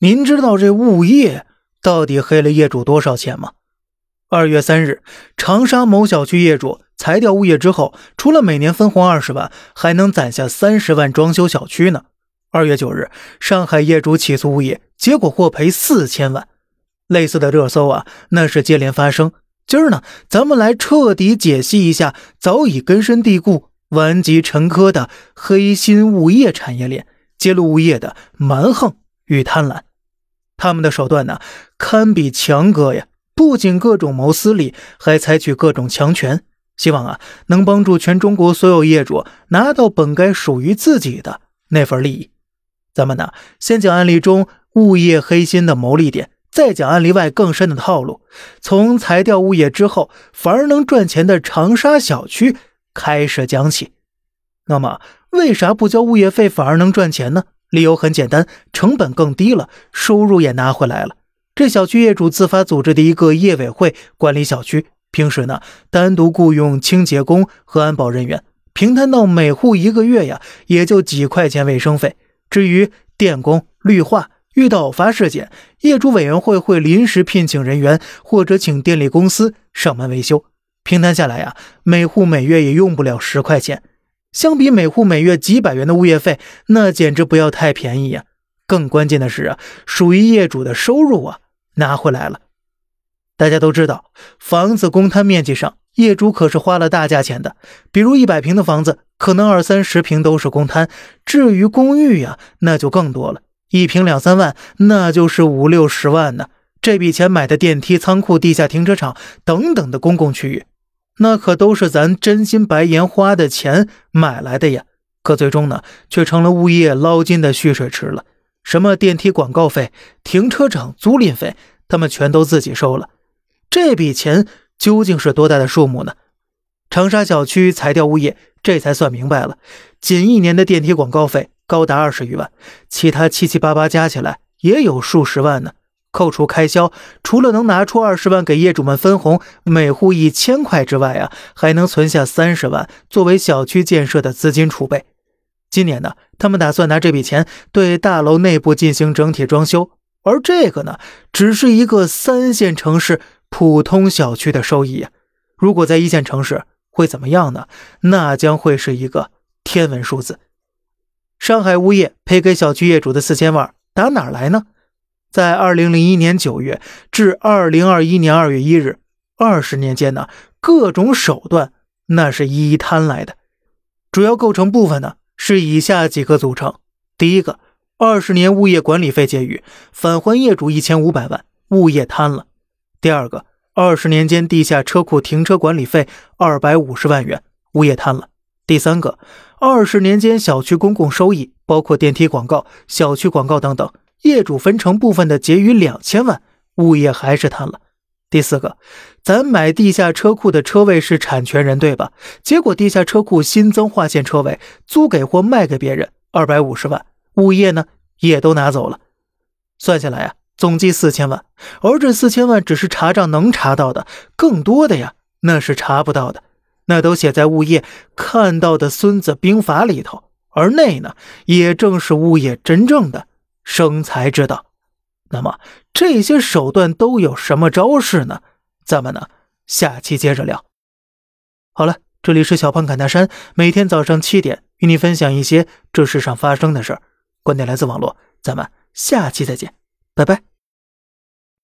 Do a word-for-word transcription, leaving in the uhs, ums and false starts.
您知道这物业到底黑了业主多少钱吗？二月三日，长沙某小区业主裁掉物业之后，除了每年分红二十万，还能攒下三十万装修小区呢。二月九日，上海业主起诉物业，结果获赔四千万。类似的热搜啊，那是接连发生。今儿呢，咱们来彻底解析一下早已根深蒂固、顽疾陈疴的黑心物业产业链，揭露物业的蛮横与贪婪。他们的手段呢，堪比强哥呀！不仅各种谋私利，还采取各种强权，希望啊，能帮助全中国所有业主拿到本该属于自己的那份利益。咱们呢，先讲案例中物业黑心的牟利点，再讲案例外更深的套路，从裁掉物业之后反而能赚钱的长沙小区开始讲起。那么为啥不交物业费反而能赚钱呢？理由很简单，成本更低了，收入也拿回来了。这小区业主自发组织的一个业委会管理小区，平时呢单独雇佣清洁工和安保人员，平摊到每户一个月呀也就几块钱卫生费。至于电工、绿化，遇到偶发事件，业主委员会会临时聘请人员或者请电力公司上门维修，平摊下来呀，每户每月也用不了十块钱。相比每户每月几百元的物业费，那简直不要太便宜呀！更关键的是啊，属于业主的收入啊拿回来了。大家都知道，房子公摊面积上，业主可是花了大价钱的。比如一百平的房子，可能二三十平都是公摊，至于公寓呀，那就更多了，一平两三万，那就是五六十万呢。这笔钱买的电梯、仓库、地下停车场等等的公共区域，那可都是咱真金白银花的钱买来的呀。可最终呢，却成了物业捞金的蓄水池了。什么电梯广告费、停车场租赁费，他们全都自己收了。这笔钱究竟是多大的数目呢？长沙小区裁掉物业，这才算明白了。仅一年的电梯广告费高达二十余万，其他七七八八加起来也有数十万呢。扣除开销，除了能拿出二十万给业主们分红，每户一千块之外啊，还能存下三十万作为小区建设的资金储备。今年呢，他们打算拿这笔钱对大楼内部进行整体装修，而这个呢，只是一个三线城市普通小区的收益啊。如果在一线城市会怎么样呢？那将会是一个天文数字。上海物业赔给小区业主的四千万打哪儿来呢？在二零零一年九月至二零二一年二月一日，二十年间呢，各种手段那是一一摊来的。主要构成部分呢是以下几个组成。第一个，二十年物业管理费结余，返还业主一千五百万，物业摊了。第二个，二十年间地下车库停车管理费二百五十万元，物业摊了。第三个，二十年间小区公共收益，包括电梯广告、小区广告等等，业主分成部分的结余两千万，物业还是摊了。第四个，咱买地下车库的车位是产权人对吧？结果地下车库新增划线车位，租给或卖给别人二百五十万，物业呢也都拿走了。算下来啊，总计四千万，而这四千万只是查账能查到的，更多的呀那是查不到的，那都写在物业看到的孙子兵法里头，而那呢也正是物业真正的生财之道。那么这些手段都有什么招式呢？咱们呢下期接着聊。好了，这里是小胖侃大山，每天早上七点与你分享一些这世上发生的事儿，观点来自网络，咱们下期再见，拜拜。